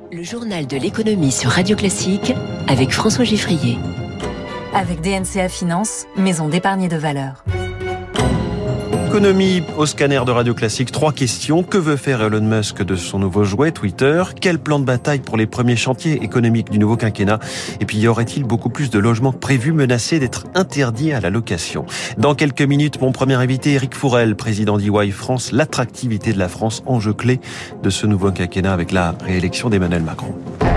Le journal de l'économie sur Radio Classique avec François Giffrier. Avec DNCA Finance, maison d'épargne et de valeur. Économie au scanner de Radio Classique. 3 questions. Que veut faire Elon Musk de son nouveau jouet Twitter? Quel plan de bataille pour les premiers chantiers économiques du nouveau quinquennat? Et puis, y aurait-il beaucoup plus de logements prévus menacés d'être interdits à la location? Dans quelques minutes, mon premier invité, Éric Fourel, président d'EY France. L'attractivité de la France, enjeu clé de ce nouveau quinquennat avec la réélection d'Emmanuel Macron.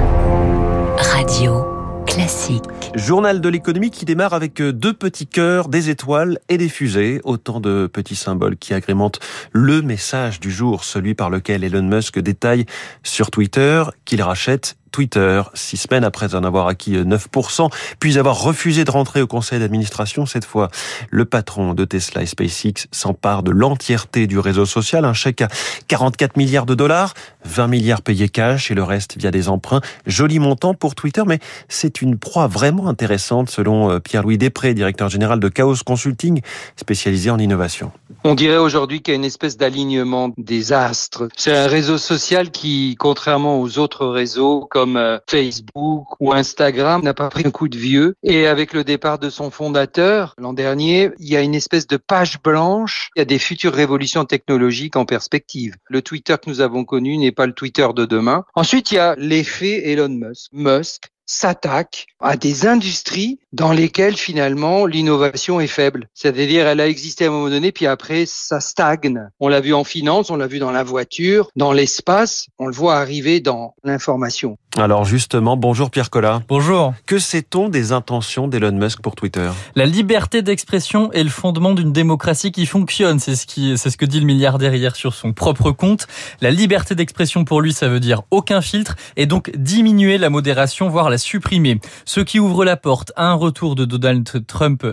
Radio Classique. Journal de l'économie qui démarre avec 2 petits cœurs, des étoiles et des fusées. Autant de petits symboles qui agrémentent le message du jour, celui par lequel Elon Musk détaille sur Twitter qu'il rachète Twitter, 6 semaines après en avoir acquis 9%, puis avoir refusé de rentrer au conseil d'administration. Cette fois, le patron de Tesla et SpaceX s'empare de l'entièreté du réseau social. Un chèque à 44 milliards de dollars, 20 milliards payés cash et le reste via des emprunts. Joli montant pour Twitter, mais c'est une proie vraiment intéressante selon Pierre-Louis Després, directeur général de Chaos Consulting, spécialisé en innovation. On dirait aujourd'hui qu'il y a une espèce d'alignement des astres. C'est un réseau social qui, contrairement aux autres réseaux comme Facebook ou Instagram, n'a pas pris un coup de vieux. Et avec le départ de son fondateur l'an dernier, il y a une espèce de page blanche. Il y a des futures révolutions technologiques en perspective. Le Twitter que nous avons connu n'est pas le Twitter de demain. Ensuite, il y a l'effet Elon Musk. Musk s'attaque à des industries dans lesquelles finalement l'innovation est faible. C'est-à-dire elle a existé à un moment donné, puis après ça stagne. On l'a vu en finance, on l'a vu dans la voiture, dans l'espace, on le voit arriver dans l'information. Alors justement, bonjour Pierre Collat. Bonjour. Que sait-on des intentions d'Elon Musk pour Twitter? La liberté d'expression est le fondement d'une démocratie qui fonctionne. C'est ce que dit le milliardaire hier sur son propre compte. La liberté d'expression pour lui, ça veut dire aucun filtre et donc diminuer la modération, voire la supprimer. Ce qui ouvre la porte à un retour de Donald Trump,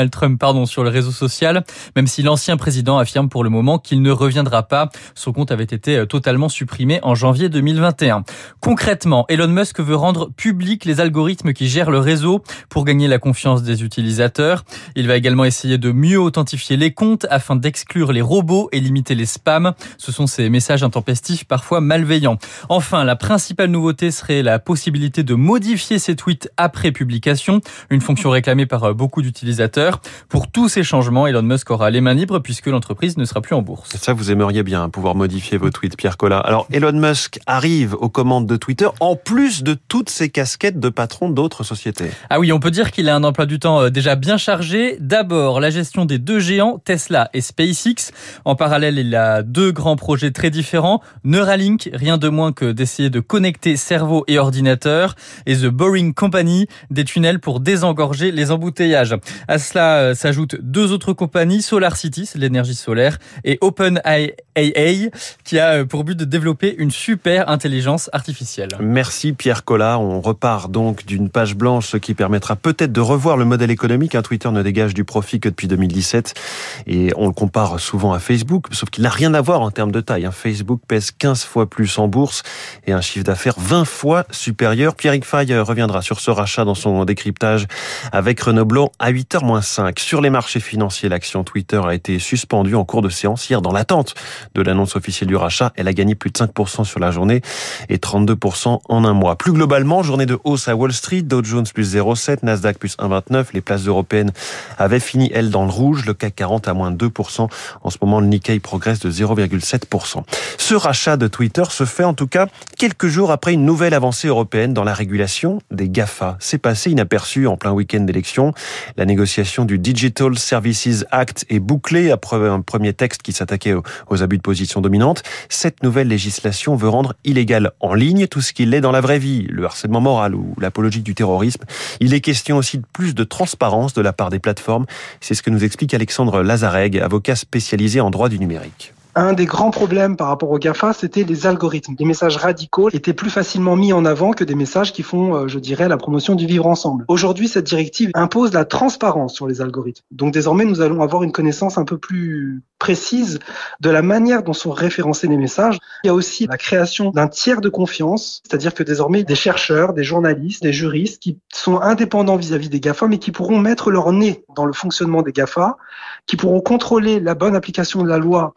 sur le réseau social, même si l'ancien président affirme pour le moment qu'il ne reviendra pas. Son compte avait été totalement supprimé en janvier 2021. Concrètement, Elon Musk veut rendre publics les algorithmes qui gèrent le réseau pour gagner la confiance des utilisateurs. Il va également essayer de mieux authentifier les comptes afin d'exclure les robots et limiter les spams. Ce sont ces messages intempestifs parfois malveillants. Enfin, la principale nouveauté serait la possibilité de modifier ses tweets après publication, une fonction réclamée par beaucoup d'utilisateurs. Pour tous ces changements, Elon Musk aura les mains libres puisque l'entreprise ne sera plus en bourse. Ça, vous aimeriez bien pouvoir modifier vos tweets, Pierre Collat. Alors, Elon Musk arrive aux commandes de Twitter en plus de toutes ses casquettes de patron d'autres sociétés. Ah oui, on peut dire qu'il a un emploi du temps déjà bien chargé. D'abord, la gestion des 2 géants, Tesla et SpaceX. En parallèle, il a 2 grands projets très différents. Neuralink, rien de moins que d'essayer de connecter cerveau et ordinateur. Et The Boring Company, des tunnels pour désengorger les embouteillages. À cela s'ajoutent 2 autres compagnies, SolarCity, c'est l'énergie solaire, et OpenAI, qui a pour but de développer une super intelligence artificielle. Merci Pierre Collat. On repart donc d'une page blanche, ce qui permettra peut-être de revoir le modèle économique. Twitter ne dégage du profit que depuis 2017 et on le compare souvent à Facebook, sauf qu'il n'a rien à voir en termes de taille. Facebook pèse 15 fois plus en bourse et un chiffre d'affaires 20 fois supérieur. Pierrick Fay reviendra sur ce rachat dans son décryptage avec Renaud Blanc à 8h-5. Sur les marchés financiers, l'action Twitter a été suspendue en cours de séance hier dans l'attente de l'annonce officielle du rachat. Elle a gagné plus de 5% sur la journée et 32% en un mois. Plus globalement, journée de hausse à Wall Street, Dow Jones plus 0,7, Nasdaq plus 1,29. Les places européennes avaient fini, elles, dans le rouge. Le CAC 40 à moins de 2%. En ce moment, le Nikkei progresse de 0,7%. Ce rachat de Twitter se fait en tout cas quelques jours après une nouvelle avancée européenne dans la régulation des GAFA. C'est passé inaperçu en plein week-end d'élection. La négociation du Digital Services Act est bouclée après un premier texte qui s'attaquait aux abus de position dominante. Cette nouvelle législation veut rendre illégal en ligne tout ce qui l'est dans la vraie vie, le harcèlement moral ou l'apologie du terrorisme. Il est question aussi de plus de transparence de la part des plateformes. C'est ce que nous explique Alexandre Lazareg, avocat spécialisé en droit du numérique. Un des grands problèmes par rapport aux GAFA, c'était les algorithmes. Les messages radicaux étaient plus facilement mis en avant que des messages qui font, la promotion du vivre ensemble. Aujourd'hui, cette directive impose la transparence sur les algorithmes. Donc désormais, nous allons avoir une connaissance un peu plus précise de la manière dont sont référencés les messages. Il y a aussi la création d'un tiers de confiance, c'est-à-dire que désormais, des chercheurs, des journalistes, des juristes qui sont indépendants vis-à-vis des GAFA, mais qui pourront mettre leur nez dans le fonctionnement des GAFA, qui pourront contrôler la bonne application de la loi par les GAFA,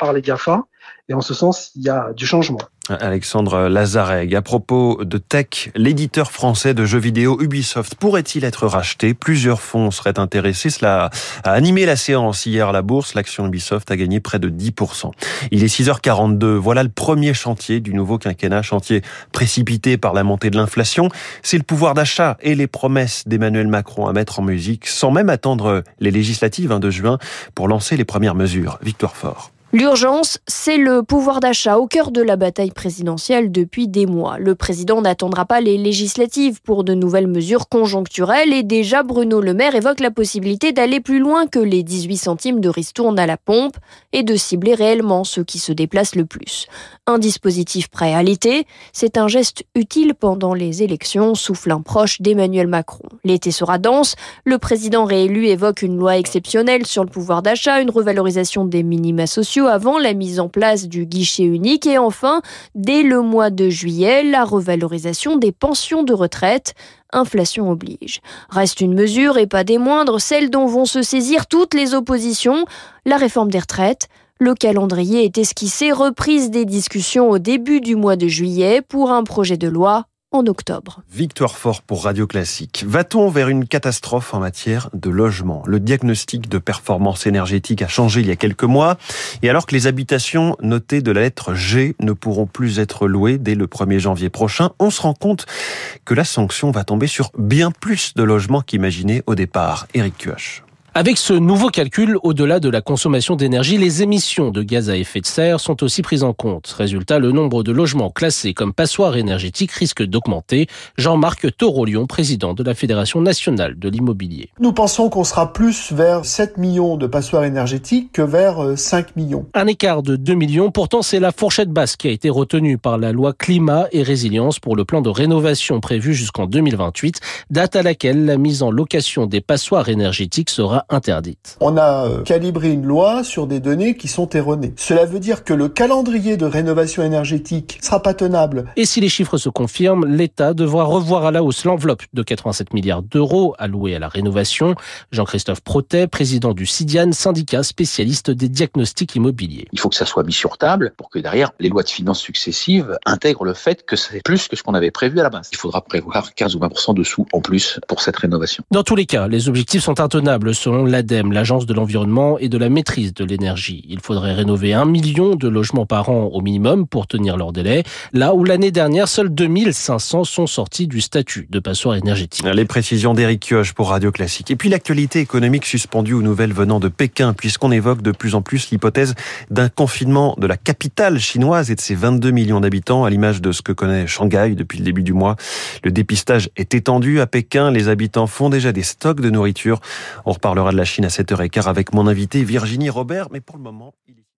GAFA. Et en ce sens, il y a du changement. Alexandre Lazareg, à propos de tech, l'éditeur français de jeux vidéo Ubisoft pourrait-il être racheté ? Plusieurs fonds seraient intéressés. Cela a animé la séance hier à la bourse. L'action Ubisoft a gagné près de 10%. Il est 6h42. Voilà le premier chantier du nouveau quinquennat, chantier précipité par la montée de l'inflation. C'est le pouvoir d'achat et les promesses d'Emmanuel Macron à mettre en musique, sans même attendre les législatives de juin pour lancer les premières mesures. Victoire Fort. L'urgence, c'est le pouvoir d'achat au cœur de la bataille présidentielle depuis des mois. Le président n'attendra pas les législatives pour de nouvelles mesures conjoncturelles et déjà Bruno Le Maire évoque la possibilité d'aller plus loin que les 18 centimes de ristourne à la pompe et de cibler réellement ceux qui se déplacent le plus. Un dispositif prêt à l'été, c'est un geste utile pendant les élections, souffle un proche d'Emmanuel Macron. L'été sera dense, le président réélu évoque une loi exceptionnelle sur le pouvoir d'achat, une revalorisation des minima sociaux avant la mise en place du guichet unique et enfin, dès le mois de juillet, la revalorisation des pensions de retraite. Inflation oblige. Reste une mesure et pas des moindres, celle dont vont se saisir toutes les oppositions, la réforme des retraites. Le calendrier est esquissé, reprise des discussions au début du mois de juillet pour un projet de loi en octobre. Victoire Fort pour Radio Classique. Va-t-on vers une catastrophe en matière de logement ? Le diagnostic de performance énergétique a changé il y a quelques mois. Et alors que les habitations notées de la lettre G ne pourront plus être louées dès le 1er janvier prochain, on se rend compte que la sanction va tomber sur bien plus de logements qu'imaginé au départ. Éric Cuoche. Avec ce nouveau calcul, au-delà de la consommation d'énergie, les émissions de gaz à effet de serre sont aussi prises en compte. Résultat, le nombre de logements classés comme passoires énergétiques risque d'augmenter. Jean-Marc Torolion, président de la Fédération nationale de l'immobilier. Nous pensons qu'on sera plus vers 7 millions de passoires énergétiques que vers 5 millions. Un écart de 2 millions, pourtant c'est la fourchette basse qui a été retenue par la loi climat et résilience pour le plan de rénovation prévu jusqu'en 2028, date à laquelle la mise en location des passoires énergétiques sera interdite. On a calibré une loi sur des données qui sont erronées. Cela veut dire que le calendrier de rénovation énergétique sera pas tenable. Et si les chiffres se confirment, l'État devra revoir à la hausse l'enveloppe de 87 milliards d'euros allouée à la rénovation. Jean-Christophe Protet, président du CIDIAN, syndicat spécialiste des diagnostics immobiliers. Il faut que ça soit mis sur table pour que derrière, les lois de finances successives intègrent le fait que c'est plus que ce qu'on avait prévu à la base. Il faudra prévoir 15 ou 20% de sous en plus pour cette rénovation. Dans tous les cas, les objectifs sont intenables selon l'ADEME, l'Agence de l'environnement et de la maîtrise de l'énergie. Il faudrait rénover 1 million de logements par an au minimum pour tenir leur délai, là où l'année dernière, seuls 2500 sont sortis du statut de passoire énergétique. Les précisions d'Éric Cuoche pour Radio Classique. Et puis l'actualité économique suspendue aux nouvelles venant de Pékin, puisqu'on évoque de plus en plus l'hypothèse d'un confinement de la capitale chinoise et de ses 22 millions d'habitants, à l'image de ce que connaît Shanghai depuis le début du mois. Le dépistage est étendu à Pékin. Les habitants font déjà des stocks de nourriture. On reparlera de la Chine à 7h15 avec mon invité Virginie Robert. Mais pour le moment,